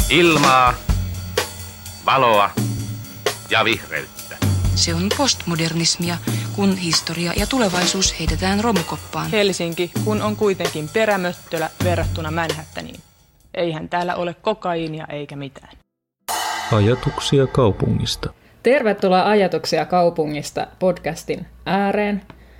Ilmaa, valoa ja vihreyttä. Se on postmodernismia, kun historia ja tulevaisuus heitetään romukoppaan. Helsinki, kun on kuitenkin perämöttölä verrattuna Manhattaniin. Eihän täällä ole kokaiinia eikä mitään. Ajatuksia kaupungista. Tervetuloa Ajatuksia kaupungista podcastin ääreen.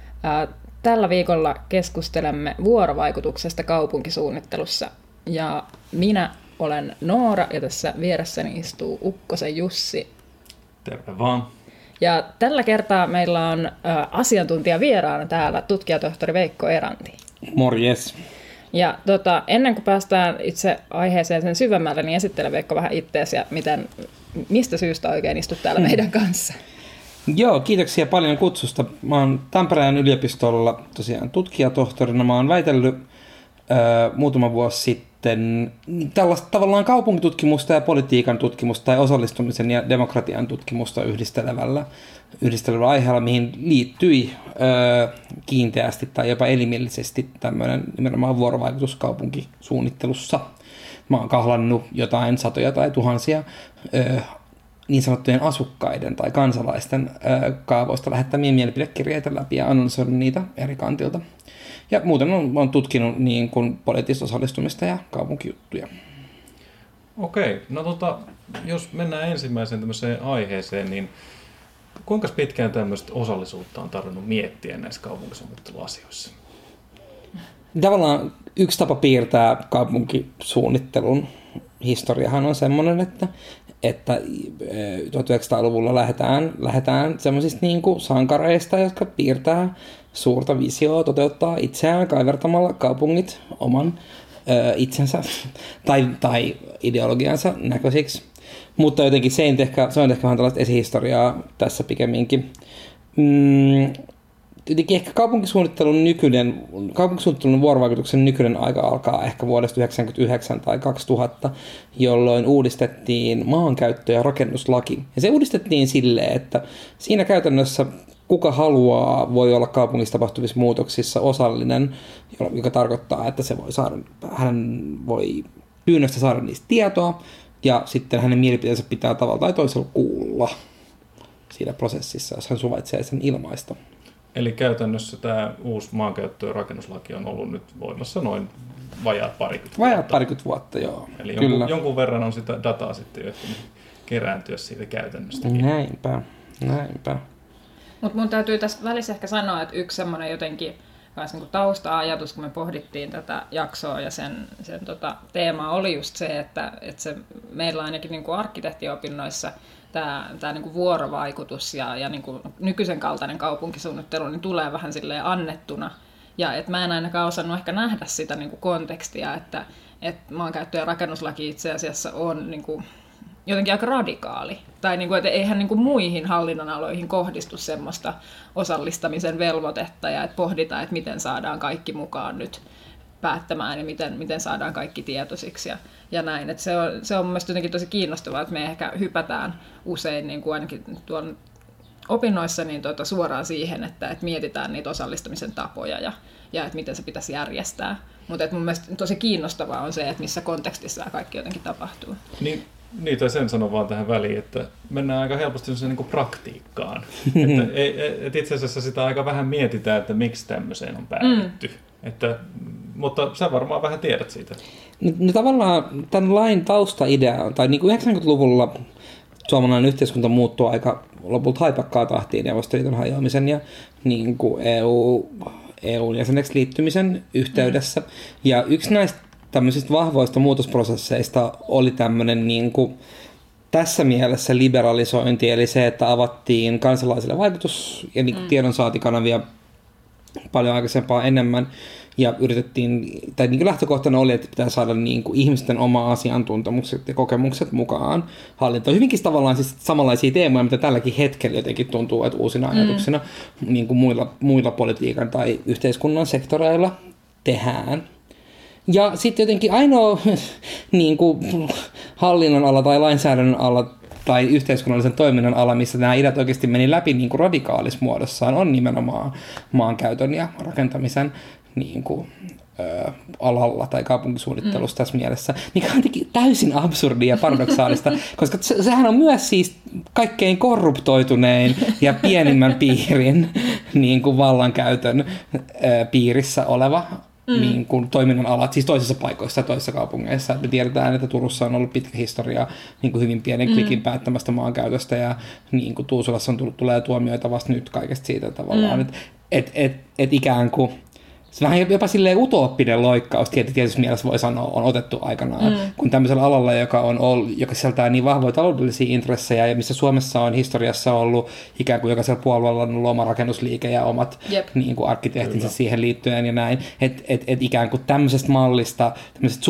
Tällä viikolla keskustelemme vuorovaikutuksesta kaupunkisuunnittelussa. Ja minä olen Noora ja tässä vieressäni istuu Ukkosen Jussi. Terve vaan. Ja tällä kertaa meillä on asiantuntija vieraana täällä tutkijatohtori Veikko Eranti. Morjes. Ja ennen kuin päästään itse aiheeseen sen syvemmälle, niin esittele Veikko vähän itseäsi ja mistä syystä oikein istut täällä meidän kanssa. Joo, kiitoksia paljon kutsusta. Mä oon Tampereen yliopistolla tosiaan tutkijatohtorina. Mä oon väitellyt muutama vuosi sitten tällaista tavallaan kaupunkitutkimusta ja politiikan tutkimusta tai osallistumisen ja demokratian tutkimusta yhdistelevällä aiheella, mihin liittyi kiinteästi tai jopa elimellisesti tämmöinen nimenomaan vuorovaikutus kaupunkisuunnittelussa. Mä oon kahlannut jotain satoja tai tuhansia niin sanottujen asukkaiden tai kansalaisten kaavoista lähettämiä mielipidekirjeitä läpi ja analysoinut niitä eri kantilta. Ja muuten olen tutkinut niin kuin poliittista osallistumista ja kaupunkijuttuja. Okei, no jos mennään ensimmäiseen tämmöiseen aiheeseen, niin kuinka pitkään tämmöistä osallisuutta on tarvinnut miettiä näissä kaupunkisuunnitteluasioissa? Tavallaan yksi tapa piirtää kaupunkisuunnittelun historiahan on semmoinen, että 1900-luvulla lähdetään semmoisista niin kuin sankareista, jotka piirtää suurta visioa, toteuttaa itseään kaivertamalla kaupungit oman itsensä tai ideologiansa näköisiksi. Mutta jotenkin se on ehkä vähän tällaista esihistoriaa tässä pikemminkin. Jotenkin ehkä kaupunkisuunnittelun vuorovaikutuksen nykyinen aika alkaa ehkä vuodesta 1999 tai 2000, jolloin uudistettiin maankäyttö- ja rakennuslaki. Ja se uudistettiin silleen, että siinä käytännössä kuka haluaa voi olla kaupungissa tapahtuvissa muutoksissa osallinen, joka tarkoittaa, että hän voi pyynnöstä saada niistä tietoa, ja sitten hänen mielipiteensä pitää tavalla tai toisella kuulla siinä prosessissa, jos hän suvaitsee sen ilmaista. Eli käytännössä tämä uusi maankäyttö- ja rakennuslaki on ollut nyt voimassa noin vajaat parikymmentä vuotta, joo. Eli jonkun verran on sitä dataa sitten jo kerääntyä siitä käytännöstäkin. Näinpä. Mutta mun täytyy tässä välissä ehkä sanoa, että yksi semmoinen jotenkin niin tausta-ajatus, kun me pohdittiin tätä jaksoa ja sen teemaa oli just se, että se meillä ainakin niin kuin arkkitehtiopinnoissa tämä niin kuin vuorovaikutus ja niin kuin nykyisen kaltainen kaupunkisuunnittelu niin tulee vähän silleen annettuna. Ja että mä en ainakaan osannut ehkä nähdä sitä niin kuin kontekstia, että maankäyttö- ja rakennuslaki itse asiassa on niin kuin jotenkin aika radikaali. Tai niin kuin, että eihän niin kuin muihin hallinnonaloihin kohdistu semmoista osallistamisen velvoitetta ja että pohditaan, että miten saadaan kaikki mukaan nyt päättämään ja miten saadaan kaikki tietoisiksi ja näin. Että se on mielestäni jotenkin tosi kiinnostavaa, että me ehkä hypätään usein niin kuin ainakin tuon opinnoissa niin suoraan siihen, että mietitään niitä osallistumisen tapoja ja että miten se pitäisi järjestää. Mutta mun mielestä tosi kiinnostavaa on se, että missä kontekstissa kaikki jotenkin tapahtuu. Niin, tai sen sanon vaan tähän väliin, että mennään aika helposti niin kuin praktiikkaan. että itse asiassa sitä aika vähän mietitään, että miksi tämmöiseen on päädytty. Mutta sä varmaan vähän tiedät siitä. No tavallaan tämän lain taustaidea, tai niin kuin 90-luvulla suomalainen yhteiskunta muuttui aika lopulta haipakkaa tahtiin Neuvostoliiton hajoamisen ja niin kuin EU-jäseneksi liittymisen yhteydessä. Ja yksi näistä tämmöisistä vahvoista muutosprosesseista oli tämmöinen niin kuin tässä mielessä liberalisointi, eli se, että avattiin kansalaisille vaikutus- ja niin kuin tiedonsaantikanavia paljon aikaisempaa enemmän, ja yritettiin, tai niin kuin lähtökohtana oli, että pitää saada niin kuin ihmisten oma asiantuntemukset ja kokemukset mukaan hallintoon. Hyvinkin tavallaan siis samanlaisia teemoja, mitä tälläkin hetkellä jotenkin tuntuu, että uusina ajatuksina niin kuin muilla politiikan tai yhteiskunnan sektoreilla tehdään. Ja sitten jotenkin ainoa niin kuin hallinnon ala tai lainsäädännön ala tai yhteiskunnallisen toiminnan ala, missä nämä ideat oikeasti meni läpi niin kuin radikaalis muodossaan, on nimenomaan maankäytön ja rakentamisen niin kuin alalla tai kaupunkisuunnittelussa tässä mielessä, mikä on jotenkin täysin absurdia ja paradoksaalista, koska sehän on myös siis kaikkein korruptoitunein ja pienimmän piirin niin kuin vallankäytön piirissä oleva niin kuin toiminnan alat, siis toisissa paikoissa ja toisissa kaupungeissa. Me tiedetään, että Turussa on ollut pitkä historia niin kuin hyvin pienen klikin päättämästä maankäytöstä ja niin kuin Tuusulassa tulee tuomioita vasta nyt kaikesta siitä tavallaan, että ikään kuin se vähän jopa silleen utooppinen loikkaus tietysti mielessä voi sanoa on otettu aikanaan, kun tämmöisellä alalla, joka sisältää niin vahvoja taloudellisia intressejä ja missä Suomessa on historiassa ollut ikään kuin jokaisella puolueella on ollut oma rakennusliike ja omat niin kuin arkkitehtinsä siihen liittyen ja näin, että ikään kuin tämmöisestä mallista, tämmöisestä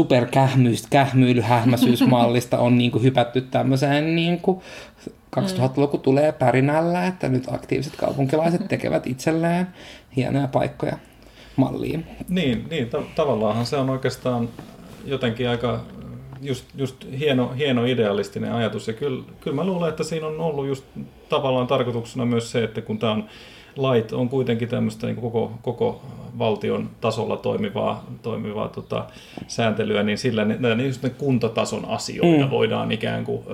superkähmyilyhähmäisyysmallista on niin kuin hypätty tämmöiseen niin kuin 2000-luku tulee pärinällä, että nyt aktiiviset kaupunkilaiset tekevät itselleen hienoja paikkoja malliin. Niin tavallaanhan se on oikeastaan jotenkin aika just hieno idealistinen ajatus. Ja kyllä mä luulen, että siinä on ollut just tavallaan tarkoituksena myös se, että kun tämä on lait on kuitenkin tämmöistä niin koko valtion tasolla toimivaa sääntelyä, niin sillä just ne kuntatason asioita voidaan ikään kuin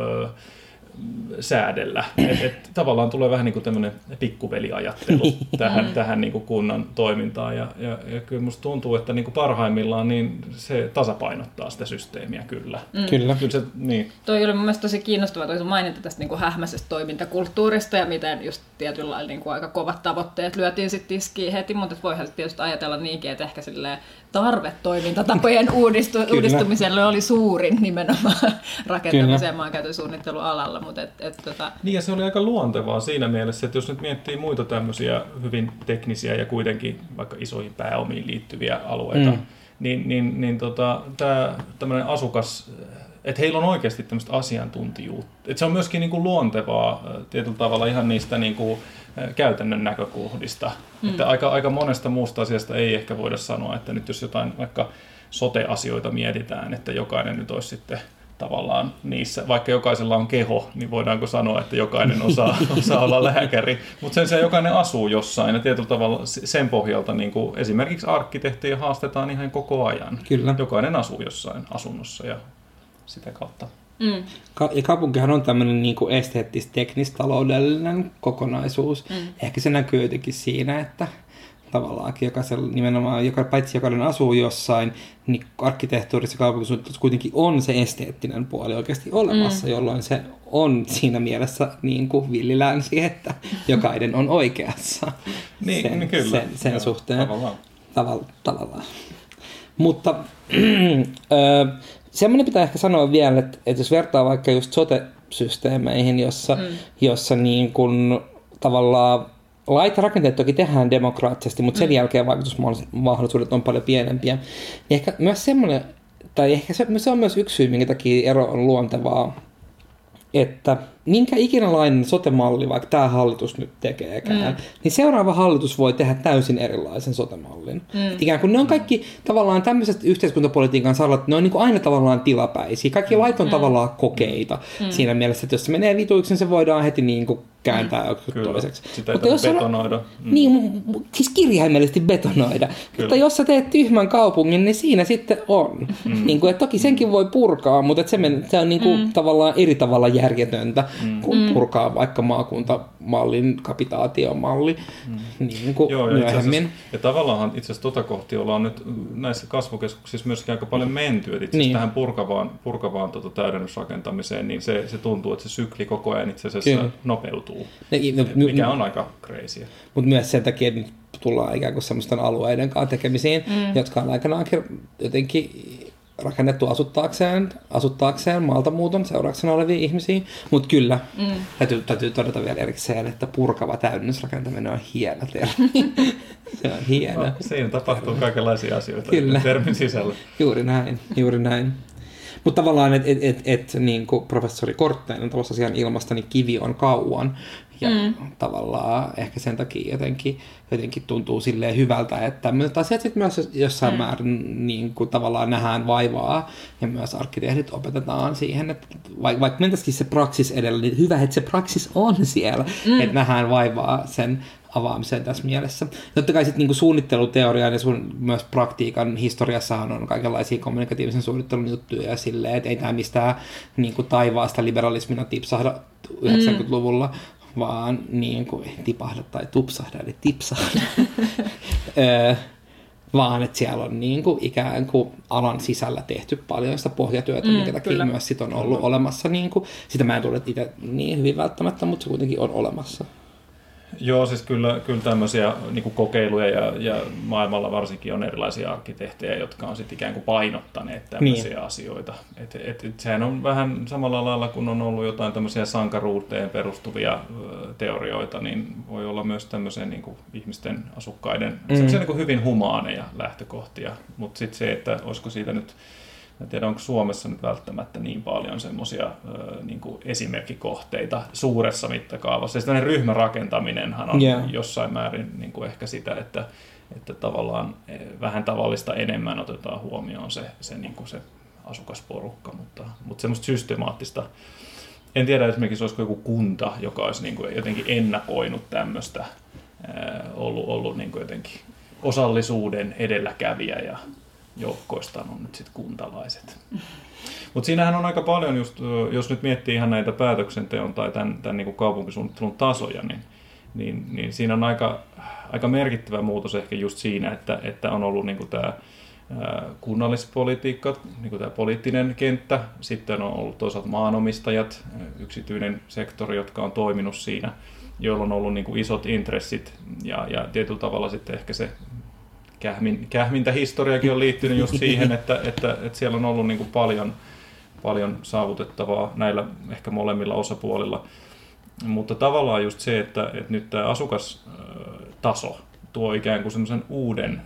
säädellä. Et tavallaan tulee vähän niin kuin tämmöinen pikkuveliajattelu tähän niin kuin kunnan toimintaan. Ja kyllä musta tuntuu, että niin kuin parhaimmillaan niin se tasapainottaa sitä systeemiä kyllä. Kyllä se, niin. Toi oli mun mielestä tosi kiinnostavaa toi mainita tästä niin kuin hähmäisestä toimintakulttuurista ja miten just tietyllä lailla niin kuin aika kovat tavoitteet lyötiin sitten tiskiin heti, mutta voihan tietysti ajatella niinkin, että ehkä silleen tarve toimintatapojen uudistumiselle oli suurin nimenomaan rakentamisen ja maankäytön suunnittelualalla. Niin ja se oli aika luontevaa siinä mielessä, että jos nyt miettii muita tämmöisiä hyvin teknisiä ja kuitenkin vaikka isoihin pääomiin liittyviä alueita, niin tämä tämmöinen asukas, että heillä on oikeasti tämmöistä asiantuntijuutta. Että se on myöskin niin kuin luontevaa tietyllä tavalla ihan niistä niin kuin käytännön näkökohdista. Että aika monesta muusta asiasta ei ehkä voida sanoa, että nyt jos jotain vaikka sote-asioita mietitään, että jokainen nyt olisi sitten tavallaan niissä, vaikka jokaisella on keho, niin voidaanko sanoa, että jokainen osaa olla lääkäri, mutta sen sijaan jokainen asuu jossain ja tietyllä tavalla sen pohjalta niin kuin esimerkiksi arkkitehtiä haastetaan ihan koko ajan. Kyllä. Jokainen asuu jossain asunnossa ja sitä kautta. Ja kaupunkihan on tämmöinen niin kuin esteettis-teknis-taloudellinen kokonaisuus. Ehkä se näkyy jotenkin siinä, että tavallaan nimenomaan, paitsi jokainen asuu jossain, niin arkkitehtuurissa kaupunkisuunnittelussa kuitenkin on se esteettinen puoli oikeasti olemassa, jolloin se on siinä mielessä niin kuin villilänsi, että jokainen on oikeassa sen suhteen. Tavallaan. Mutta semmoinen pitää ehkä sanoa vielä, että jos vertaa vaikka just sote-systeemeihin, jossa niin kuin tavallaan lait ja rakenteet toki tehdään demokraattisesti, mutta sen jälkeen vaikutusmahdollisuudet on paljon pienempiä. Ja ehkä myös semmoinen, tai ehkä se on myös yksi syy, minkä takia ero on luontevaa, että minkä ikinälainen sote-malli, vaikka tämä hallitus nyt tekeekään, niin seuraava hallitus voi tehdä täysin erilaisen sote-mallin. Ikään kuin ne on kaikki tavallaan tämmöiset yhteiskuntapolitiikan sarat, ne on niin kuin aina tavallaan tilapäisiä. Kaikki lait on tavallaan kokeita siinä mielessä, että jos se menee vituiksi, niin se voidaan heti niin kuin kääntää toiseksi. Sitä ei betonoida. Niin, siis kirjaimellisesti betonoida. Mutta jos sä teet tyhmän kaupungin, niin siinä sitten on. Niin kuin, että toki senkin voi purkaa, mutta se on niin kuin tavallaan eri tavalla järjetöntä kuin purkaa vaikka maakuntamallin kapitaatiomalli niin kuin myöhemmin. Ja tavallaan itse asiassa kohti ollaan nyt näissä kasvukeskuksissa myöskin aika paljon menty. Itse asiassa tähän purkavaan täydennysrakentamiseen, niin se tuntuu, että se sykli koko ajan itse asiassa nopeutuu. Mikä on aika crazy. Mutta myös sen takia nyt tullaan ikään kuin semmoisten alueiden kanssa tekemisiin, jotka on aikanaankin jotenkin rakennettu asuttaakseen maaltamuuton seurauksena olevia ihmisiä. Mutta kyllä, täytyy todeta vielä erikseen, että purkava täydennysrakentaminen on hieno termi. Se on hieno. Siinä tapahtuu kaikenlaisia asioita termin sisällä. Juuri näin. Mutta tavallaan, että niin kuin professori Kortteinen tosiaan ilmasta, niin kivi on kauan. Ja tavallaan ehkä sen takia jotenkin tuntuu silleen hyvältä, että tämmöiset asiat sitten myös jossain määrin niin kuin tavallaan nähdään vaivaa ja myös arkkitehdit opetetaan siihen, että vaikka mentäisikin se praksis edellä, niin hyvä, että se praksis on siellä, että nähdään vaivaa sen avaamiseen tässä mielessä. Totta kai sitten niinku suunnitteluteorian ja myös praktiikan historiassahan on kaikenlaisia kommunikatiivisen suunnittelun juttuja ja silleen, että ei tämä mistään niinku taivaasta liberalismina tipsahda 90-luvulla, vaan niinku tipahda tai tupsahda, eli tipsahda. Vaan että siellä on niinku ikään kuin alan sisällä tehty paljon sitä pohjatyötä, minkä takia myös sit on ollut olemassa. Niinku, sitä mä en tule itse niin hyvin välttämättä, mutta se kuitenkin on olemassa. Joo, siis kyllä tämmöisiä niin kuin kokeiluja ja maailmalla varsinkin on erilaisia arkkitehtejä, jotka on sitten ikään kuin painottaneet tämmöisiä asioita. Sehän on vähän samalla lailla, kun on ollut jotain tämmöisiä sankaruuteen perustuvia teorioita, niin voi olla myös tämmöisiä niin kuin ihmisten asukkaiden semmoisia niin kuin hyvin humaaneja lähtökohtia. Mutta sitten se, että olisiko siitä nyt, en tiedä, onko Suomessa nyt välttämättä niin paljon semmoisia niin kuin esimerkkikohteita suuressa mittakaavassa. Ja sitten ryhmärakentaminenhan on jossain määrin niin kuin ehkä sitä, että tavallaan vähän tavallista enemmän otetaan huomioon se, niin kuin se asukasporukka, mutta semmoista systemaattista. En tiedä esimerkiksi, olisiko joku kunta, joka olisi niin kuin jotenkin ennakoinut tämmöistä, ollut niin kuin jotenkin osallisuuden edelläkävijä ja joukkoistaan on nyt sitten kuntalaiset. Mutta siinähän on aika paljon, just, jos nyt miettii ihan näitä päätöksenteon tai tämän niin kuin kaupunkisuunnittelun tasoja, niin siinä on aika merkittävä muutos ehkä just siinä, että on ollut niin kuin tämä kunnallispolitiikka, niin kuin tämä poliittinen kenttä, sitten on ollut toisaalta maanomistajat, yksityinen sektori, jotka on toiminut siinä, joilla on ollut niin kuin isot intressit ja tietyllä tavalla sitten ehkä se kähmintähistoriakin on liittynyt just siihen, että siellä on ollut niin kuin paljon saavutettavaa näillä ehkä molemmilla osapuolilla. Mutta tavallaan just se, että nyt tämä asukastaso tuo ikään kuin semmoisen uuden,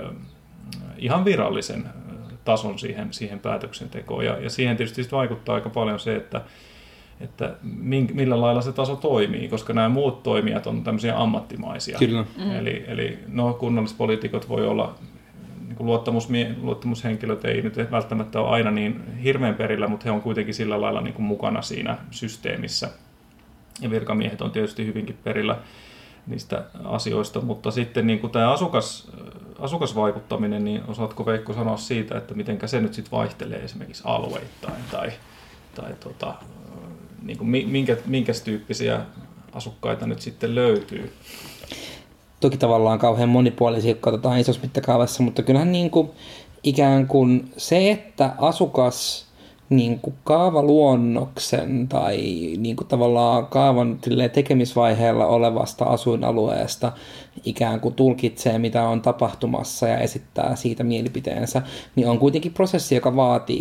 ihan virallisen tason siihen päätöksentekoon. Ja siihen tietysti vaikuttaa aika paljon se, että millä lailla se taso toimii, koska nämä muut toimijat on tämmöisiä ammattimaisia. Kyllä. Eli kunnallispoliitikot voi olla, niin kuin luottamushenkilöt ei nyt välttämättä ole aina niin hirveän perillä, mutta he on kuitenkin sillä lailla niin kuin mukana siinä systeemissä. Ja virkamiehet on tietysti hyvinkin perillä niistä asioista, mutta sitten niin kuin tämä asukasvaikuttaminen, niin osaatko Veikko sanoa siitä, että miten se nyt sitten vaihtelee esimerkiksi alueittain tai niin kuin minkä tyyppisiä asukkaita nyt sitten löytyy? Toki tavallaan kauhean monipuolisia, kun katsotaan isossa mittakaavassa, mutta kyllähän niin kuin ikään kuin se, että asukas niin kuin kaavaluonnoksen tai niin kuin tavallaan kaavan tekemisvaiheella olevasta asuinalueesta ikään kuin tulkitsee, mitä on tapahtumassa ja esittää siitä mielipiteensä, niin on kuitenkin prosessi, joka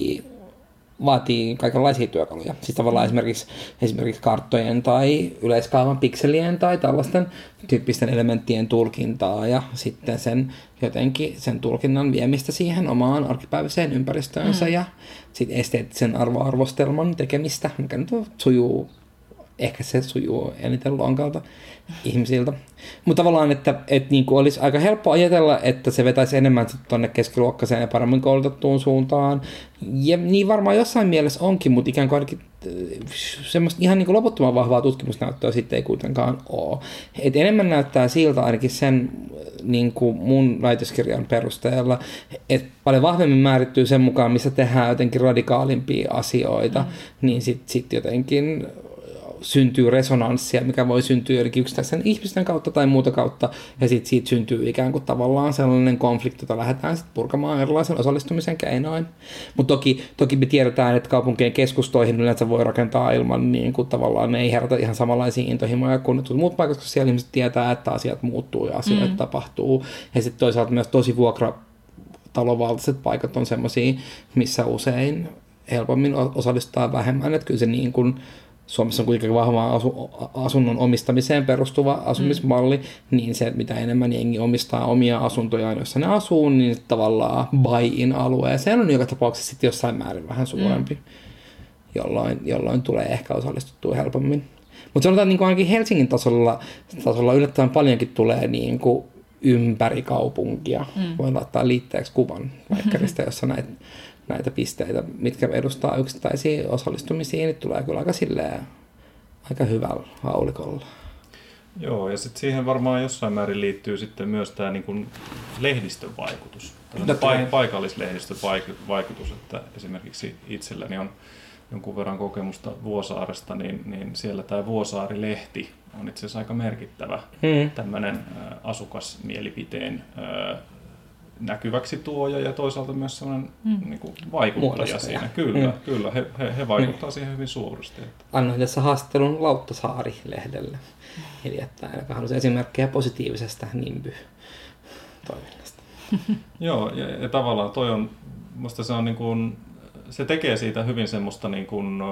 vaatii kaikenlaisia työkaluja. Siis tavallaan esimerkiksi karttojen tai yleiskaavan pikselien tai tällaisten tyyppisten elementtien tulkintaa ja sitten sen tulkinnan viemistä siihen omaan arkipäiväiseen ympäristöönsä ja sitten esteettisen arvostelman tekemistä, mikä nyt se sujuu eniten lonkalta ihmisiltä. Mutta tavallaan, että niin kuin olisi aika helppo ajatella, että se vetäisi enemmän tuonne keskiluokkaiseen ja paremmin koulutettuun suuntaan. Ja niin varmaan jossain mielessä onkin, mutta ikään kuin ainakin semmoista ihan niin kuin loputtoman vahvaa tutkimusnäyttöä sitten ei kuitenkaan ole. Et enemmän näyttää siltä ainakin sen niin kuin mun väitöskirjan perusteella, että paljon vahvemmin määrittyy sen mukaan, missä tehdään jotenkin radikaalimpia asioita, niin sitten jotenkin syntyy resonanssia, mikä voi syntyä jotenkin yksittäisen ihmisten kautta tai muuta kautta, ja sitten siitä syntyy ikään kuin tavallaan sellainen konflikti, jota lähdetään sitten purkamaan erilaisen osallistumisen keinoin. Mutta toki me tiedetään, että kaupunkien keskustoihin yleensä voi rakentaa ilman, niin kuin tavallaan ne ei herätä ihan samanlaisia intohimoja kuin muut paikat, koska siellä ihmiset tietää, että asiat muuttuu ja asioita tapahtuu, ja sitten toisaalta myös tosi vuokratalovaltaiset paikat on semmoisia, missä usein helpommin osallistaa vähemmän, että kyllä se niin kuin Suomessa on kuitenkin vahvaa asunnon omistamiseen perustuva asumismalli, niin se, että mitä enemmän jengi omistaa omia asuntojaan, joissa ne asuu, niin tavallaan buy-in alueeseen on joka tapauksessa sitten jossain määrin vähän suurempi, jolloin tulee ehkä osallistuttua helpommin. Mutta sanotaan niin kuin ainakin Helsingin tasolla yllättävän paljonkin tulee niin kuin ympäri kaupunkia. Voin laittaa liitteeksi kuvan Vaikkarista, jossa näitä pisteitä, mitkä edustaa yksittäisiä osallistumisia, niin tulee kyllä aika hyvällä haulikolla. Joo, ja sitten siihen varmaan jossain määrin liittyy sitten myös tämä niin kuin lehdistön vaikutus. Paikallislehdistön vaikutus, että esimerkiksi itselläni on jonkun verran kokemusta Vuosaaresta, niin siellä tämä Vuosaari-lehti on itse asiassa aika merkittävä tämmöinen asukasmielipiteen näkyväksi tuoja ja toisaalta myös sellainen niin kuin vaikuttaja siinä. Kyllä, he vaikuttaa siihen hyvin suuresti. Annoin tässä haastattelun Lauttasaari-lehdelle hiljattain, joka halusi esimerkkejä positiivisesta NIMBY-toiminnasta. Joo, ja tavallaan toi on, musta se on niin kuin, se tekee siitä hyvin semmoista niin kuin,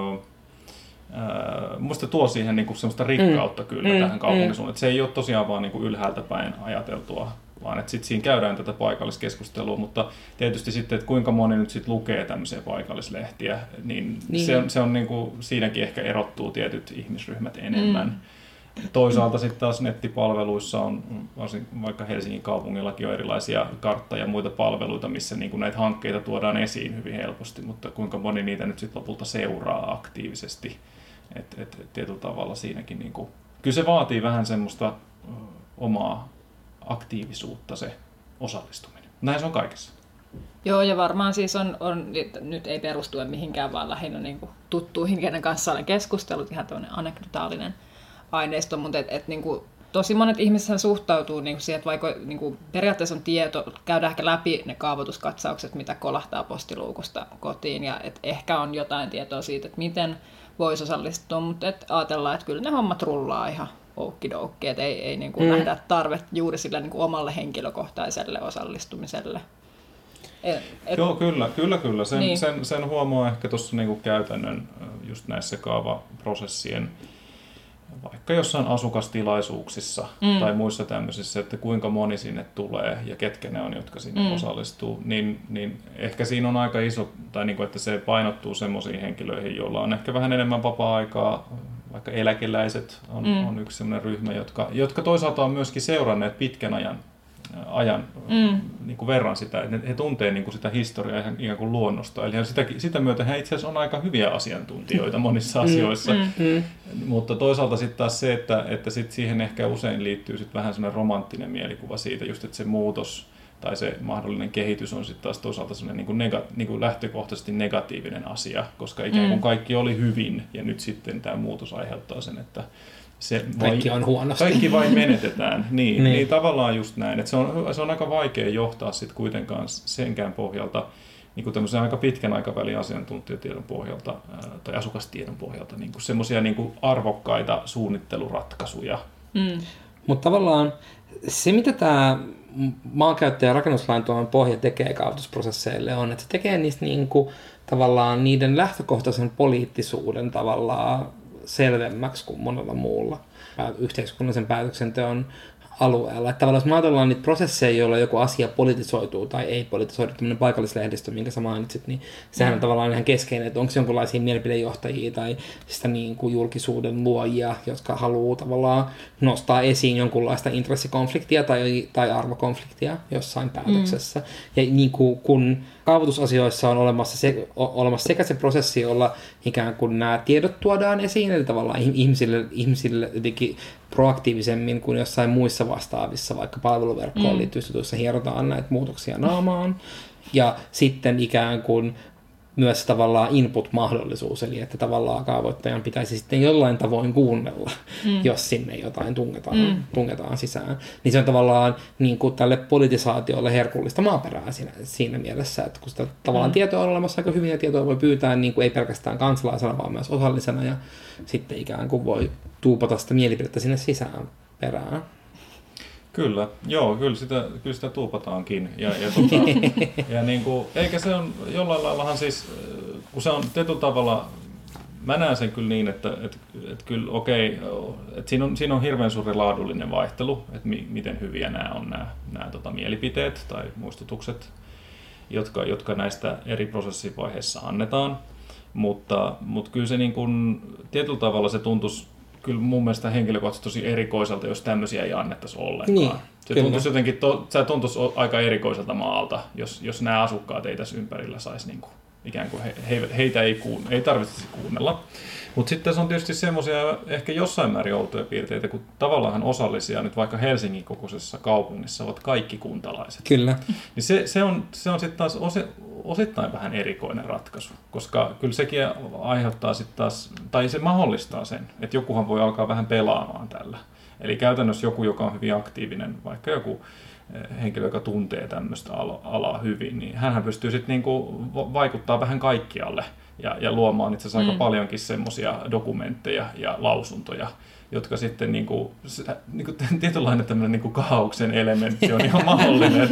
musta tuo siihen niin kuin semmoista rikkautta kyllä tähän kaupunkisuun. Että se ei ole tosiaan vaan niin kuin ylhäältä päin ajateltua, vaan että sitten siinä käydään tätä paikalliskeskustelua, mutta tietysti sitten, että kuinka moni nyt sitten lukee tämmöisiä paikallislehtiä, niin. Se on niin kuin, siinäkin ehkä erottuu tietyt ihmisryhmät enemmän. Toisaalta sitten taas nettipalveluissa on, vaikka Helsingin kaupungillakin on erilaisia kartta- ja muita palveluita, missä niin kuin näitä hankkeita tuodaan esiin hyvin helposti, mutta kuinka moni niitä nyt sitten lopulta seuraa aktiivisesti. Et tietyllä tavalla siinäkin, niin kuin, kyllä se vaatii vähän semmoista omaa aktiivisuutta se osallistuminen. Näin se on kaikessa. Joo, ja varmaan siis on nyt ei perustuen mihinkään, vaan lähinnä niin kuin tuttuihin, kenen kanssa olen keskustellut, ihan tämmöinen anekdotaalinen aineisto, mutta niin kuin, tosi monet ihmiset suhtautuu niin kuin siihen, että vaikka niin kuin, periaatteessa on tieto, käydään ehkä läpi ne kaavoituskatsaukset, mitä kolahtaa postiluukusta kotiin, ja että ehkä on jotain tietoa siitä, että miten voisi osallistua, mutta ajatellaan, että kyllä ne hommat rullaa ihan oukkidoukki, että ei niin kuin nähdä tarve juuri sillä niin kuin omalle henkilökohtaiselle osallistumiselle. Joo, kyllä. Sen huomaa ehkä tuossa niin kuin käytännön just näissä kaavaprosessien vaikka jossain asukastilaisuuksissa tai muissa tämmöisissä, että kuinka moni sinne tulee ja ketkä ne on, jotka sinne osallistuu, niin ehkä siinä on aika iso, tai niin kuin, että se painottuu semmoisiin henkilöihin, joilla on ehkä vähän enemmän vapaa-aikaa, vaikka eläkeläiset on yksi sellainen ryhmä, jotka toisaalta on myöskin seuranneet pitkän ajan niin kuin verran sitä, että he tuntee niin kuin sitä historiaa ihan ikään kuin luonnosta. Eli sitä myötä he itse asiassa on aika hyviä asiantuntijoita monissa asioissa. Mutta toisaalta sitten taas se, että sit siihen ehkä usein liittyy sit vähän sellainen romanttinen mielikuva siitä, just että se muutos tai se mahdollinen kehitys on sitten taas toisaalta sellainen niin kuin lähtökohtaisesti negatiivinen asia, koska ikään kuin kaikki oli hyvin ja nyt sitten tämä muutos aiheuttaa sen, että kaikki on huonosti. Kaikki vain menetetään. Niin tavallaan just näin. Että se on aika vaikea johtaa sit kuitenkaan senkään pohjalta, niin kuin tämmöisen aika pitkän aikavälin asiantuntijatiedon pohjalta tai asukastiedon pohjalta, niin kuin semmoisia niin kuin arvokkaita suunnitteluratkaisuja. Mutta tavallaan se, mitä tämä maankäyttö- ja rakennuslain tuon pohja tekee kaavoitusprosesseille, on, että se tekee niistä niin kuin, tavallaan niiden lähtökohtaisen poliittisuuden tavallaan selvemmäksi kuin monella muulla yhteiskunnallisen päätöksenteon alueella. Että tavallaan jos me ajatellaan niitä prosesseja, joilla joku asia politisoituu tai ei politisoidu, tämmöinen paikallislehdistö, minkä sä mainitsit, niin sehän on tavallaan ihan keskeinen, että onko jonkinlaisia mielipidejohtajia tai sitä niin kuin julkisuuden luojia, jotka haluaa tavallaan nostaa esiin jonkunlaista intressikonfliktia tai arvokonfliktia jossain päätöksessä. Ja niin kuin, kun kaavoitusasioissa on olemassa sekä se prosessi, jolla ikään kuin nämä tiedot tuodaan esiin, eli tavallaan ihmisille jotenkin proaktiivisemmin kuin jossain muissa vastaavissa, vaikka palveluverkkoon liittyvissä jutuissa hierotaan näitä muutoksia naamaan. Ja sitten ikään kuin myös tavallaan input-mahdollisuus, eli että tavallaan kaavoittajan pitäisi sitten jollain tavoin kuunnella, jos sinne jotain tungetaan sisään. Niin se on tavallaan niin kuin tälle politisaatiolle herkullista maaperää siinä mielessä, että kun sitä tavallaan tietoa on olemassa aika hyvin ja tietoa voi pyytää niin kuin ei pelkästään kansalaisena, vaan myös osallisena ja sitten ikään kuin voi tuupata sitä mielipidettä sinne sisään perään. Kyllä, joo, kyllä sitä tuupataankin. Ja niin kuin, eikä se on jollain laillahan siis, kun se on tietyllä tavalla, mä näen sen kyllä niin, että kyllä okei, että siinä on hirveän suuri laadullinen vaihtelu, että miten hyviä nämä on nämä mielipiteet tai muistutukset, jotka näistä eri prosessivaiheissa annetaan. Mutta kyllä se niin kuin, tietyllä tavalla se tuntuisi kyllä mun mielestä henkilökohtaisesti tosi erikoiselta, jos tämmöisiä ei annettaisi ollenkaan. Niin, se tuntuisi jotenkin, se tuntuisi aika erikoiselta maalta, jos nämä asukkaat ei tässä ympärillä saisi niin kuin, ikään kuin heitä ei tarvitsisi kuunnella. Mutta sitten tässä on tietysti semmoisia ehkä jossain määrin outoja piirteitä, kun tavallaan osallisia nyt vaikka Helsingin kokoisessa kaupungissa ovat kaikki kuntalaiset. Kyllä. Niin se on sitten taas osittain vähän erikoinen ratkaisu, koska kyllä sekin aiheuttaa sitten taas, tai se mahdollistaa sen, että jokuhan voi alkaa vähän pelaamaan tällä. Eli käytännössä joku, joka on hyvin aktiivinen, vaikka joku henkilö, joka tuntee tämmöistä alaa hyvin, niin hänhän pystyy sitten niinku vaikuttaa vähän kaikkialle ja luomaan itse asiassa aika paljonkin semmoisia dokumentteja ja lausuntoja, jotka sitten niinku tietynlainen tämmöinen niinku kaauksen elementti on ihan mahdollinen.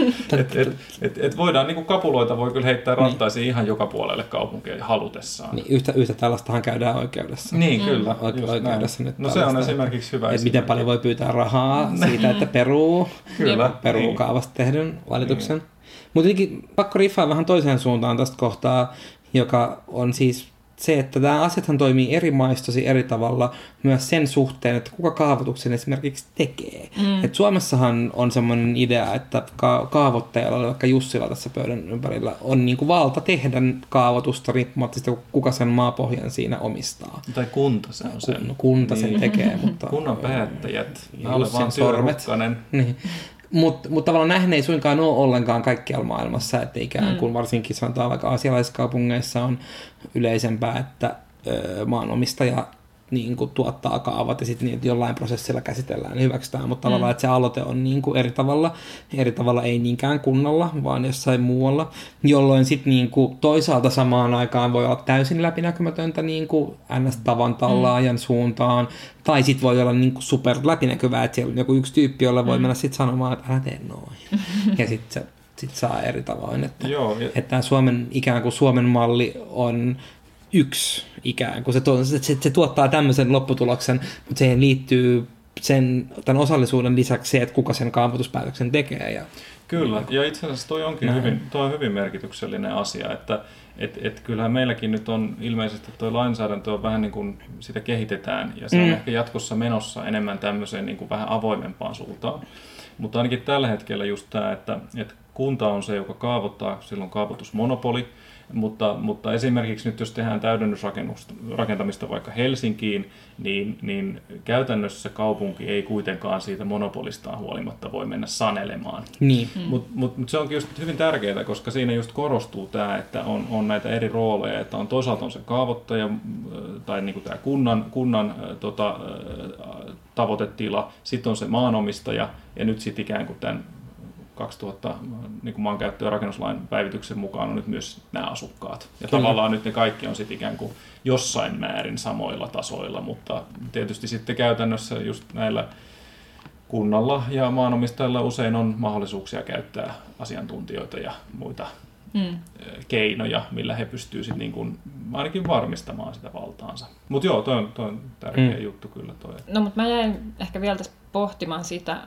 Et voidaan niinku kapuloita voi kyllä heittää rattaisiin ihan joka puolelle kaupunkia halutessaan. Niin, yhtä tällaistahan käydään oikeudessa. Niin, kyllä. Oikeudessa nyt no se on esimerkiksi hyvä esimerkki. Miten paljon voi pyytää rahaa siitä, että peruu kaavasta tehdyn valituksen. Niin. Mutta jotenkin pakko riffaa vähän toiseen suuntaan tästä kohtaa, joka on siis se, että nämä asiathan toimii eri maissa tosi eri tavalla myös sen suhteen, että kuka kaavoituksen esimerkiksi tekee. Et Suomessahan on semmoinen idea, että kaavoittajalla, vaikka Jussilla tässä pöydän ympärillä, on niinku valta tehdä kaavoitusta riippumatta siitä, kuka sen maapohjan siinä omistaa. Tai kunta se on sen. Kunta sen tekee. Mutta kunnan päättäjät. Jussin sormet. Niin. Mutta tavallaan nähän ei suinkaan ole ollenkaan kaikkialla maailmassa, että ikään kuin varsinkin sanotaan vaikka aasialaiskaupungeissa on yleisempää, että maanomistaja niin kuin tuottaa kaavat ja sitten niitä jollain prosessilla käsitellään ja hyväksytään, mutta tavallaan, että se aloite on niin kuin eri tavalla ei niinkään kunnalla, vaan jossain muualla, jolloin sitten niin kuin toisaalta samaan aikaan voi olla täysin läpinäkymätöntä niin kuin NS-tavan tallaajan suuntaan, tai sitten voi olla niin kuin super läpinäkyvää, että siellä on joku yksi tyyppi, jolla voi mennä sitten sanomaan, että älä tee noin. Ja sitten saa eri tavoin, että tämä ikään kuin Suomen malli on yksi ikään kuin. Se tuottaa tämmöisen lopputuloksen, mutta siihen liittyy tämän osallisuuden lisäksi se, että kuka sen kaavoituspäätöksen tekee. Ja kyllä, ja itse asiassa toi on hyvin merkityksellinen asia, että kyllähän meilläkin nyt on ilmeisesti tuo lainsäädäntö on vähän niin kuin sitä kehitetään, ja se on ehkä jatkossa menossa enemmän tämmöiseen niin kuin vähän avoimempaan suuntaan. Mutta ainakin tällä hetkellä just tämä, että kunta on se, joka kaavoittaa, silloin kaavoitusmonopoli, mutta esimerkiksi nyt jos tehdään täydennysrakentamista vaikka Helsinkiin, niin käytännössä kaupunki ei kuitenkaan siitä monopolistaan huolimatta voi mennä sanelemaan. Niin. Mutta se onkin just hyvin tärkeää, koska siinä just korostuu tämä, että on näitä eri rooleja, että toisaalta on se kaavoittaja tai niin kuin tämä kunnan tavoitetila, sitten on se maanomistaja ja nyt sitten ikään kuin tämän 2000 niin maankäyttö- ja rakennuslain päivityksen mukaan on nyt myös nämä asukkaat. Ja tavallaan nyt ne kaikki on sitten ikään kuin jossain määrin samoilla tasoilla, mutta tietysti sitten käytännössä just näillä kunnalla ja maanomistajilla usein on mahdollisuuksia käyttää asiantuntijoita ja muita keinoja, millä he pystyvät sitten niin kuin ainakin varmistamaan sitä valtaansa. Mutta joo, toi on tärkeä juttu kyllä toi. No mutta mä jäin ehkä vielä tässä pohtimaan sitä,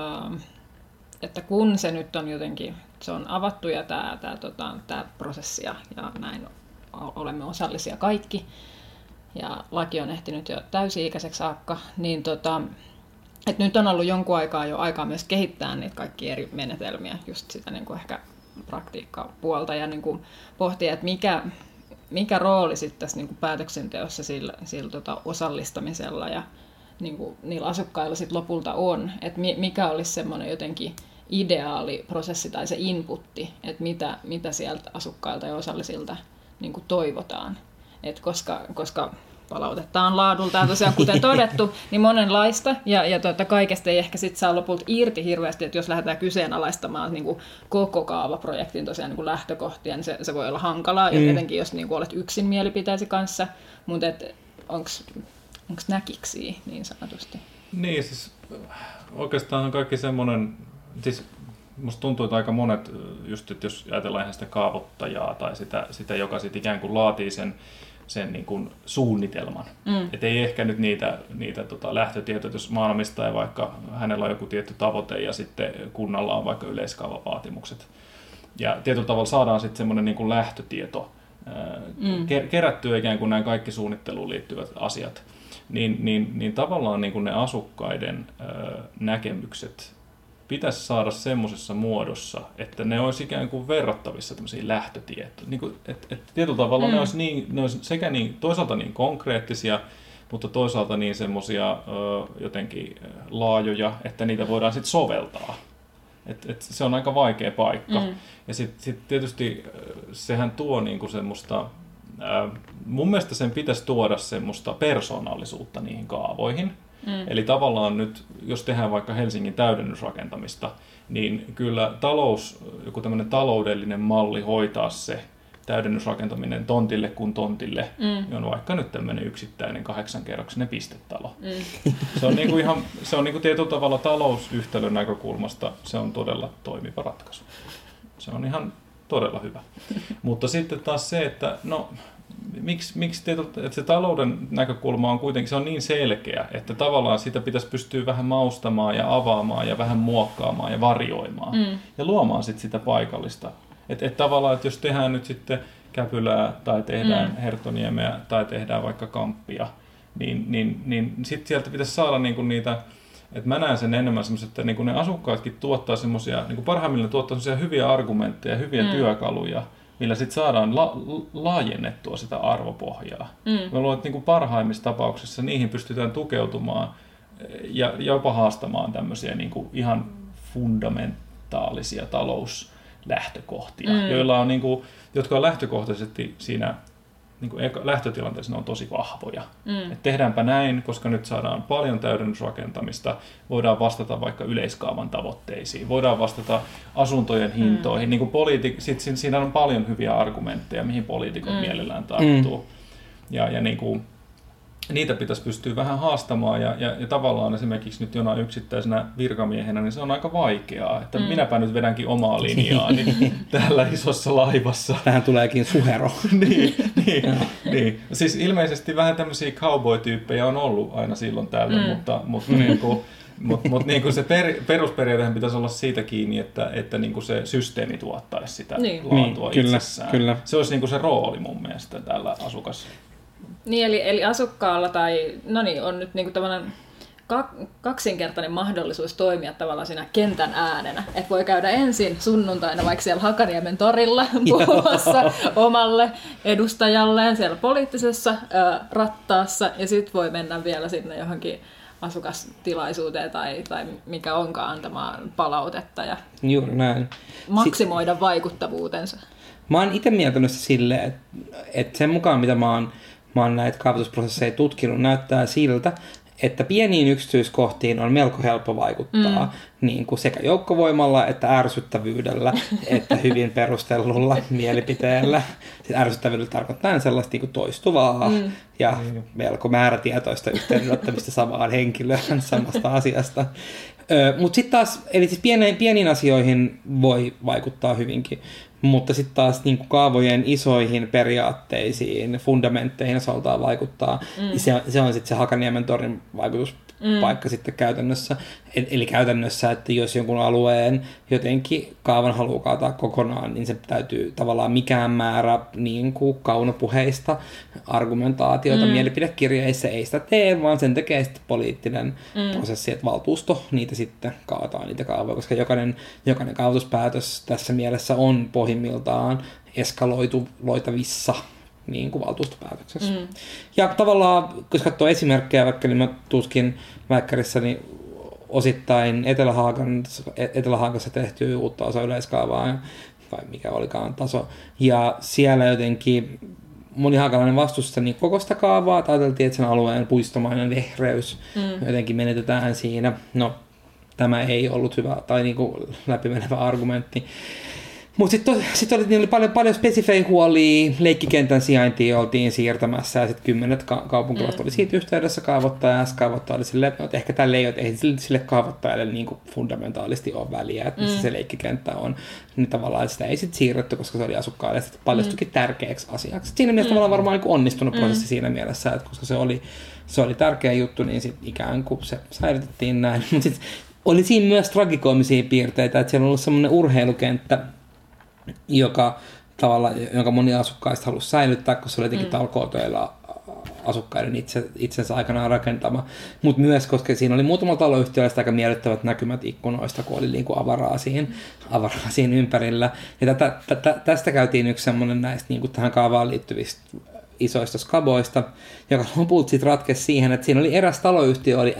että kun se nyt on jotenkin, se on avattu ja tämä prosessi ja näin olemme osallisia kaikki ja laki on ehtinyt jo täysi-ikäiseksi saakka, niin että nyt on ollut jonkun aikaa myös kehittää niitä kaikki eri menetelmiä, just sitä niin kuin ehkä praktiikkapuolta ja niin kuin pohtia, että mikä rooli sitten tässä niin kuin päätöksenteossa sillä osallistamisella ja niin kuin niillä asukkailla sit lopulta on, että mikä olisi semmoinen jotenkin ideaali prosessi tai se inputti, että mitä sieltä asukkailta ja osallisilta niin kuin toivotaan. Et koska palautetta on laadulta ja tosiaan kuten todettu, niin monenlaista ja kaikesta ei ehkä sit saa lopulta irti hirveästi, että jos lähdetään kyseenalaistamaan niin kuin koko kaavaprojektin tosiaan niin kuin lähtökohtia, niin se voi olla hankalaa, ja etenkin jos niin kuin olet yksin mielipiteesi kanssa, mutta onko näkiksi niin sanotusti? Niin, siis oikeastaan on kaikki semmoinen, siis musta tuntuu, että aika monet, just että jos ajatellaan ihan sitä kaavoittajaa tai sitä joka sitten ikään kuin laatii sen niin kuin suunnitelman. Että ei ehkä nyt niitä lähtötietoja, jos maanomistaja vaikka hänellä on joku tietty tavoite ja sitten kunnalla on vaikka yleiskaavavaatimukset. Ja tietyllä tavalla saadaan sitten semmoinen niin kuin lähtötieto kerättyä ikään kuin nämä kaikki suunnitteluun liittyvät asiat, niin tavallaan niin kuin ne asukkaiden näkemykset pitäisi saada semmoisessa muodossa, että ne olisi ikään kuin verrattavissa tämmöisiin lähtötietoihin. Niin että tietyllä tavalla ne olisi sekä toisaalta niin konkreettisia, mutta toisaalta niin semmoisia jotenkin laajoja, että niitä voidaan sitten soveltaa. Et se on aika vaikea paikka. Ja sitten tietysti sehän tuo niinku semmoista, mun mielestä sen pitäisi tuoda semmoista persoonallisuutta niihin kaavoihin. Eli tavallaan nyt, jos tehdään vaikka Helsingin täydennysrakentamista, niin kyllä joku tämmöinen taloudellinen malli hoitaa se täydennysrakentaminen tontille kuin tontille, on vaikka nyt tämmöinen yksittäinen 8-kerroksinen pistetalo. Se on niinku tietyllä tavalla talousyhtälön näkökulmasta se on todella toimiva ratkaisu. Se on ihan todella hyvä. Mutta sitten taas se, että miksi että se talouden näkökulma on kuitenkin se on niin selkeä, että tavallaan sitä pitäisi pystyä vähän maustamaan ja avaamaan ja vähän muokkaamaan ja varjoimaan ja luomaan sitten sitä paikallista. Että tavallaan, että jos tehdään nyt sitten Käpylää tai tehdään Herttoniemeä tai tehdään vaikka Kamppia, niin sitten sieltä pitäisi saada niinku niitä, että mä näen sen enemmän semmoiset, että niinku ne asukkaatkin tuottaa semmoisia, niinku parhaimmillaan tuottaa semmoisia hyviä argumentteja, hyviä työkaluja, millä sitten saadaan laajennettua sitä arvopohjaa. Mä luulen, että niinku parhaimmissa tapauksissa niihin pystytään tukeutumaan ja jopa haastamaan tämmöisiä niinku ihan fundamentaalisia talouslähtökohtia, joilla on jotka on lähtökohtaisesti siinä lähtötilanteessa ne on tosi vahvoja. Et tehdäänpä näin, koska nyt saadaan paljon täydennysrakentamista, voidaan vastata vaikka yleiskaavan tavoitteisiin, voidaan vastata asuntojen hintoihin. Siinä on paljon hyviä argumentteja, mihin poliitikot mielellään tarttuu. Ja niitä pitäisi pystyä vähän haastamaan ja tavallaan esimerkiksi nyt jonain yksittäisenä virkamiehenä, niin se on aika vaikeaa, että minäpä nyt vedänkin omaa linjaa niin täällä isossa laivassa. Tähän tuleekin suhero. niin. Siis ilmeisesti vähän tämmöisiä cowboy-tyyppejä on ollut aina silloin tällöin, mutta niin kuin se perusperiaatehan pitäisi olla siitä kiinni, että niin kuin se systeemi tuottaisi sitä laatua itsessään. Kyllä. Se olisi niin kuin se rooli mun mielestä täällä asukas. Niin, eli asukkaalla on nyt niinku tämmöinen kaksinkertainen mahdollisuus toimia tavallaan siinä kentän äänenä. Että voi käydä ensin sunnuntaina vaikka siellä Hakaniemen torilla puhumassa omalle edustajalleen siellä poliittisessa rattaassa ja sitten voi mennä vielä sinne johonkin asukastilaisuuteen tai mikä onkaan antamaan palautetta ja juuri näin. Maksimoida vaikuttavuutensa. Mä oon itse mieltänyt silleen, että sen mukaan mitä mä oon näitä kaavoitusprosesseja tutkinut, näyttää siltä, että pieniin yksityiskohtiin on melko helppo vaikuttaa niin kuin sekä joukkovoimalla, että ärsyttävyydellä, että hyvin perustellulla mielipiteellä. Sitten ärsyttävyydellä tarkoittaa sellaista niin kuin toistuvaa ja melko määrätietoista yhteydenottamista samaan henkilöön samasta asiasta. Mutta sitten taas, eli siis pieniin asioihin voi vaikuttaa hyvinkin, mutta sitten taas niin kuin kaavojen isoihin periaatteisiin, fundamentteihin osaltaan vaikuttaa. Se on sitten se Hakaniemen torin vaikutuspaikka sitten käytännössä. Eli käytännössä, että jos jonkun alueen jotenkin kaavan haluaa kaataa kokonaan, niin se täytyy tavallaan mikään määrä niin kuin kaunopuheista argumentaatiota mielipidekirjeissä ei sitä tee, vaan sen tekee sitten poliittinen prosessi, että valtuusto niitä sitten kaataa niitä kaavoja, koska jokainen kaavoituspäätös tässä mielessä on pohjimmiltaan eskaloitavissa niin kuin valtuustopäätöksessä. Ja tavallaan, jos katsoo esimerkkejä, vaikka niin mä tuskin väikkärissani osittain Etelä-Haagassa tehtyä uutta osa yleiskaavaa, vai mikä olikaan taso. Ja siellä jotenkin monihaakalainen vastusti niin koko sitä kaavaa, ajateltiin, että sen alueen puistomainen vehreys jotenkin menetetään siinä. No, tämä ei ollut hyvä tai niin kuin läpimenevä argumentti. Mutta sitten oli paljon spesifejä huolia, leikkikentän sijaintia oltiin siirtämässä ja sitten 10 kaupunkilaiset oli siitä yhteydessä kaavoittaja oli silleen, että ehkä tälle ei sille kaavoittajalle niin kuin fundamentaalisti ole väliä, että missä se leikkikenttä on. Niin tavallaan sitä ei sitten siirretty, koska se oli asukkaille sitten paljastukin tärkeäksi asiaksi. Siinä mielessä tavallaan varmaan niin onnistunut prosessi siinä mielessä, että koska se oli tärkeä juttu, niin sitten ikään kuin se säilytettiin näin. Mutta sitten oli siinä myös tragikoomisia piirteitä, että siellä on ollut semmoinen urheilukenttä, joka tavalla, jonka moni asukkaista halusi säilyttää, koska se oli jotenkin talkootöillä asukkaiden itsensä aikanaan rakentama. Mutta myös, koska siinä oli muutamalla taloyhtiöllä aika miellyttävät näkymät ikkunoista, kun oli niin kuin avaraa siinä ympärillä. Ja tästä käytiin yksi semmoinen näistä niin kuin tähän kaavaan liittyvistä isoista skaboista, joka lopulta sitten ratkesi siihen, että siinä oli eräs taloyhtiö, oli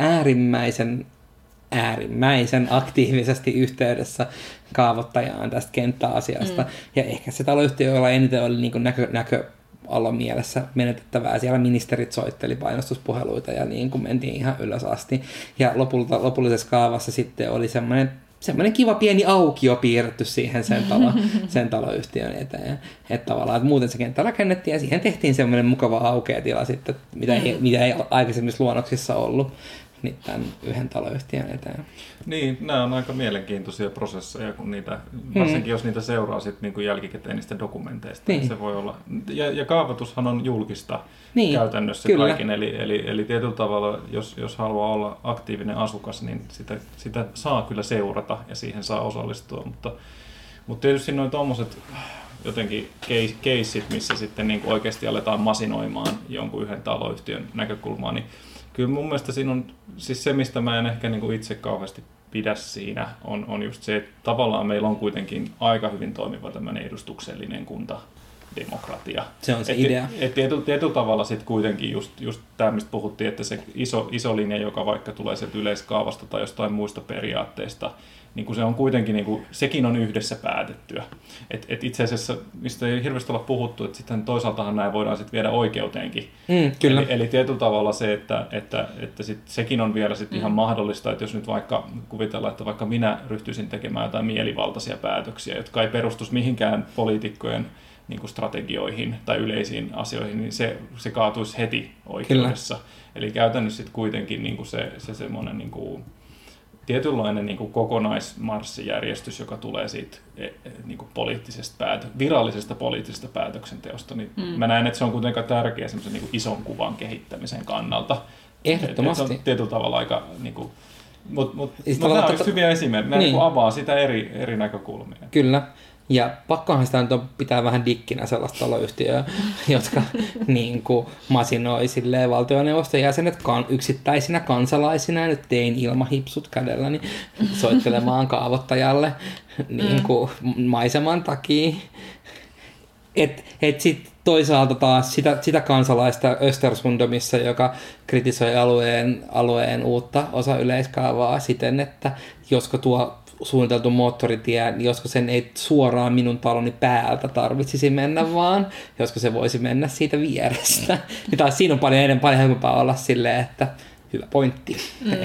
äärimmäisen aktiivisesti yhteydessä kaavoittajaan tästä kenttäasiasta. Ja ehkä se taloyhtiö, jolla eniten oli niin kuin näköalon mielessä menetettävää. Siellä ministerit soitteli painostuspuheluita ja niin kuin mentiin ihan ylös asti. Ja lopullisessa kaavassa sitten oli semmoinen kiva pieni aukio piirretty siihen sen taloyhtiön eteen. Että tavallaan, että muuten se kenttä rakennettiin ja siihen tehtiin semmoinen mukava aukeatila sitten, mitä ei aikaisemmissa luonnoksissa ollut. Niin tämän yhden taloyhtiön eteen. Niin, nämä on aika mielenkiintoisia prosesseja, kun niitä, varsinkin jos niitä seuraa sit niin kuin jälkikäteen niistä dokumenteista. Niin. Se voi olla, ja kaavoitushan on julkista käytännössä kaikin, eli tietyllä tavalla, jos haluaa olla aktiivinen asukas, niin sitä saa kyllä seurata ja siihen saa osallistua, mutta tietysti noin tommoset jotenkin keissit, missä sitten niin kuin oikeasti aletaan masinoimaan jonkun yhden taloyhtiön näkökulmaa, niin kyllä mun mielestä siinä on, siis se mistä mä en ehkä niin kuin itse kauheasti pidä siinä, on just se, että tavallaan meillä on kuitenkin aika hyvin toimiva tämmöinen edustuksellinen kuntademokratia. Se on se idea. Tietyllä tavalla sitten kuitenkin just tämä, mistä puhuttiin, että se iso linja, joka vaikka tulee sieltä yleiskaavasta tai jostain muista periaatteista, niin kuin se on kuitenkin, niin kuin, sekin on yhdessä päätettyä. Et itse asiassa, mistä ei hirveästi olla puhuttu, että sitten toisaaltahan näin voidaan sitten viedä oikeuteenkin. Kyllä. Eli tietyllä tavalla se, että sit sekin on vielä sit ihan mahdollista, että jos nyt vaikka kuvitellaan, että vaikka minä ryhtyisin tekemään jotain mielivaltaisia päätöksiä, jotka ei perustuisi mihinkään poliitikkojen niin kuin strategioihin tai yleisiin asioihin, niin se kaatuisi heti oikeudessa. Kyllä. Eli käytännössä sitten kuitenkin niin kuin se semmoinen niin kuin tietynlainen niin kuin kokonaismarssijärjestys, joka tulee siitä niin kuin virallisesta poliittisesta päätöksenteosta, niin mä näen, että se on kuitenkin tärkeä semmoisen niin kuin ison kuvan kehittämisen kannalta. Ehdottomasti. Se on tietyllä tavalla aika, niin kuin, mutta nämä on hyviä esimerkkejä, niin avaa sitä eri näkökulmia. Kyllä. Ja pakkohan sitä nyt pitää vähän dikkinä sellaista taloyhtiöä, jotka niin kuin masinoi silleen valtioneuvoston jäsenet yksittäisinä kansalaisina, ja nyt tein ilmahipsut kädelläni soittelemaan kaavoittajalle niin kuin maiseman takia. Et sitten toisaalta taas sitä kansalaista Östersundomissa, joka kritisoi alueen uutta osa yleiskaavaa siten, että josko tuo suunniteltu moottoritie, niin josko sen ei suoraan minun taloni päältä tarvitsisi mennä vaan, josko se voisi mennä siitä vierestä. Niin taas siinä on paljon helpompaa olla silleen, että hyvä pointti.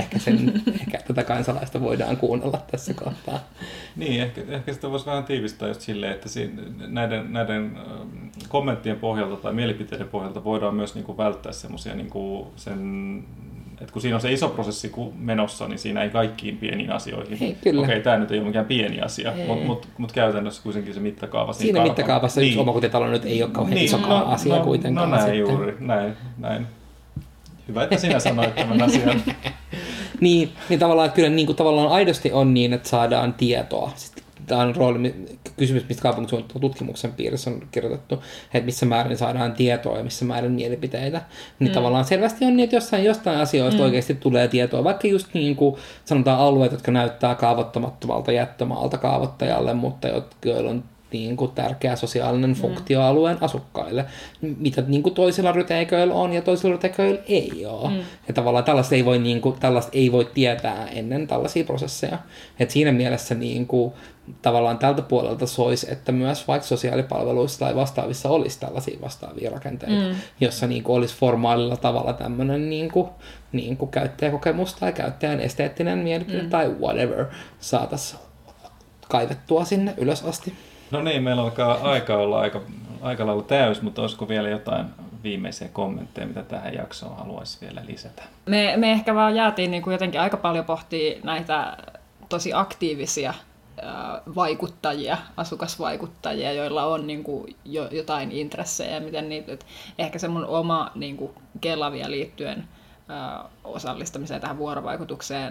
Ehkä tätä kansalaista voidaan kuunnella tässä kohtaa. Niin, ehkä sitä voisi vähän tiivistää just silleen, että näiden kommenttien pohjalta tai mielipiteiden pohjalta voidaan myös niinku välttää semmoisia niinku että kun siinä on se iso prosessi menossa, niin siinä ei kaikkiin pieniin asioihin. Okei, tämä nyt ei ole mikään pieni asia, mutta käytännössä kuitenkin se mittakaava. Siinä mittakaavassa yksi omakotitalo nyt ei ole kauhean isokaan asia kuitenkaan. No näin juuri, näin. Hyvä, että sinä sanoit tämän asian. niin tavallaan, että kyllä niin kuin tavallaan aidosti on niin, että saadaan tietoa. Tämä on kysymys, mistä kaupunkisuunnittelun tutkimuksen piirissä on kirjoitettu, että missä määrin saadaan tietoa ja missä määrin mielipiteitä. Niin tavallaan selvästi on niin, että jostain asioista oikeasti tulee tietoa, vaikka just niin kuin sanotaan alueet, jotka näyttää kaavoittamattomalta jättömaalta kaavoittajalle, mutta joilla on niin kuin tärkeä sosiaalinen funktio alueen asukkaille, mitä niin kuin toisilla ryteiköillä on ja toisilla ryteiköillä ei ole. Ja tavallaan tällaista ei voi tietää ennen tällaisia prosesseja. Et siinä mielessä niin kuin, tavallaan tältä puolelta soisi, että myös vaikka sosiaalipalveluissa tai vastaavissa olisi tällaisia vastaavia rakenteita, jossa niin kuin olisi formaalilla tavalla tämmöinen niin kuin käyttäjäkokemus tai käyttäjän esteettinen mielipide tai whatever saataisiin kaivettua sinne ylös asti. No niin, meillä alkaa aika olla aika lailla täys, mutta olisiko vielä jotain viimeisiä kommentteja, mitä tähän jaksoon haluaisi vielä lisätä? Me ehkä vaan jäätiin niin kuin jotenkin aika paljon pohtimaan näitä tosi aktiivisia vaikuttajia, asukasvaikuttajia, joilla on niin kuin jotain intressejä, miten niitä, ehkä se mun oma niin kuin Kela vielä liittyen osallistamiseen tähän vuorovaikutukseen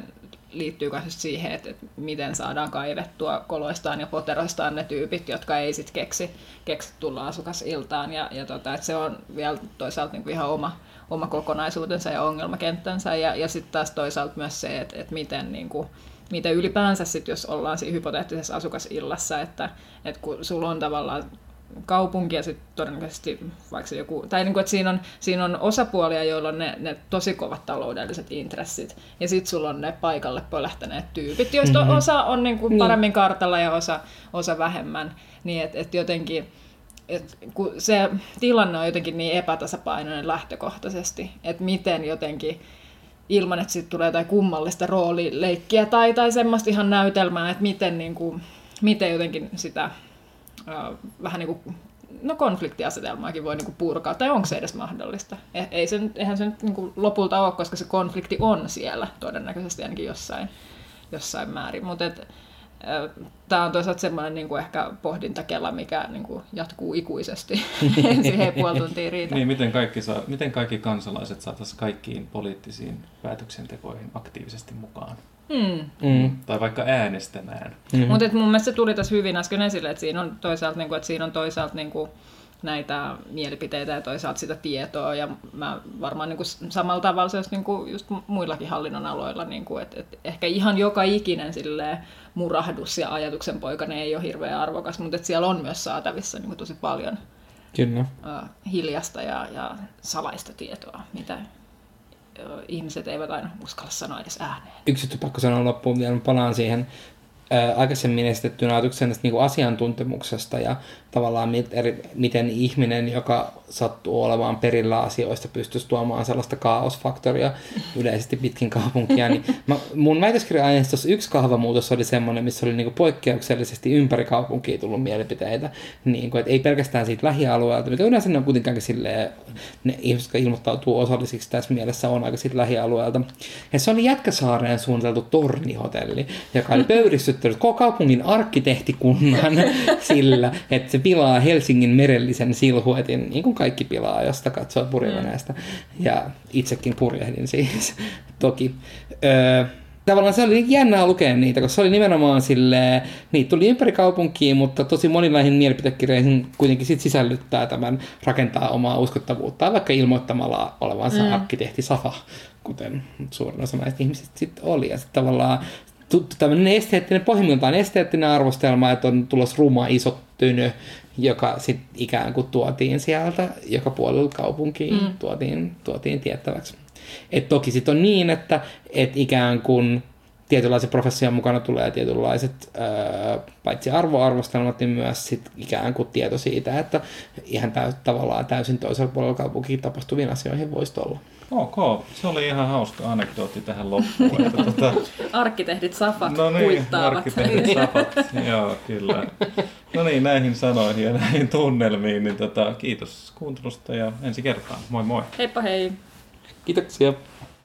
liittyy myös siihen, että miten saadaan kaivettua koloistaan ja poteroistaan ne tyypit, jotka ei sitten keksi tulla asukasiltaan. Että se on vielä toisaalta niin kuin ihan oma kokonaisuutensa ja ongelmakenttänsä. Ja sitten taas toisaalta myös se, että miten ylipäänsä sit, jos ollaan siinä hypoteettisessa asukasillassa, että kun sulla on tavallaan kaupunki ja sitten todennäköisesti vaikka joku, tai niin kuin, että siinä on osapuolia, joilla on ne tosi kovat taloudelliset intressit, ja sitten sulla on ne paikalle pölähtäneet tyypit, joista osa on niin kuin paremmin kartalla ja osa vähemmän, niin että jotenkin, kun se tilanne on jotenkin niin epätasapainoinen lähtökohtaisesti, että miten jotenkin ilman, että sitten tulee jotain kummallista roolileikkiä tai semmoista ihan näytelmää, että miten jotenkin sitä vähän niin kuin, konfliktiasetelmaakin voi niin kuin purkaa, tai onko se edes mahdollista? Eihän se nyt niin kuin lopulta ole, koska se konflikti on siellä todennäköisesti ainakin jossain määrin, mutta tämä on toisaalta semmoinen niin kuin ehkä pohdintakela, mikä niin kuin jatkuu ikuisesti. Siihen ei puoli tuntia riitä. Niin, miten kaikki kansalaiset saataisiin kaikkiin poliittisiin päätöksentekoihin aktiivisesti mukaan? Tai vaikka äänestämään. Mutta mun mielestä se tuli tässä hyvin äsken esille, että siinä on toisaalta näitä mielipiteitä ja toisaalta sitä tietoa, ja mä varmaan niin kuin samalla tavalla se olisi niin kuin just muillakin hallinnon aloilla, niin kuin, että ehkä ihan joka ikinen murahdus ja ajatuksen poikainen ei ole hirveän arvokas, mutta että siellä on myös saatavissa niin kuin tosi paljon hiljasta ja salaista tietoa, mitä ihmiset eivät aina uskalla sanoa edes ääneen. Yksi juttu pakko sanoa loppuun vielä, palaan siihen aikaisemmin esitettyyn ajatukseen tästä niin asiantuntemuksesta ja tavallaan miten ihminen, joka sattuu olemaan perillä asioista, pystyisi tuomaan sellaista kaosfaktoria yleisesti pitkin kaupunkia. Niin mun väitöskirja-aineistossa yksi kahvamuutos oli semmoinen, missä oli niin kuin poikkeuksellisesti ympäri kaupunkia tullut mielipiteitä. Niin kuin, että ei pelkästään siitä lähialueelta, mikä yleensä ne on kuitenkin silleen, ne ihmiset, jotka ilmoittautuu osallisiksi tässä mielessä, on aika siitä lähialueelta. Ja se oli Jätkäsaareen suunniteltu tornihotelli, joka oli pöyristyttänyt koko kaupungin arkkitehtikunnan sillä, että se pilaa Helsingin merellisen silhuetin, niin kuin kaikki pilaa, josta katsoo purjeveneestä. Ja itsekin purjehdin siis, toki. Tavallaan se oli jännää lukea niitä, koska se oli nimenomaan silleen, niitä tuli ympäri kaupunkiin, mutta tosi monillaihin mielipidekirjoihin kuitenkin sit sisällyttää tämän, rakentaa omaa uskottavuuttaan, vaikka ilmoittamalla olevansa arkkitehti Safa, kuten suurin osa näistä ihmisistä sitten oli. Ja sitten tavallaan tämmöinen pohjimmiltaan esteettinen arvostelma, että on tulossa ruma iso tyny, joka sitten ikään kuin tuotiin sieltä joka puolella kaupunkiin, tuotiin tiettäväksi. Et toki sitten on niin, että ikään kuin tietynlaisen profession mukana tulee tietynlaiset paitsi arvostelmat, niin myös sit ikään kuin tieto siitä, että ihan tavallaan täysin toisella puolella kaupunkiin tapahtuviin asioihin voisi olla. Ok, se oli ihan hauska anekdootti tähän loppuun. Arkkitehdit Safat kuittaavat. Arkkitehdit Safat, joo kyllä. No niin, näihin sanoihin ja näihin tunnelmiin, niin kiitos kuuntelusta ja ensi kertaan. Moi moi. Heippa hei. Kiitoksia.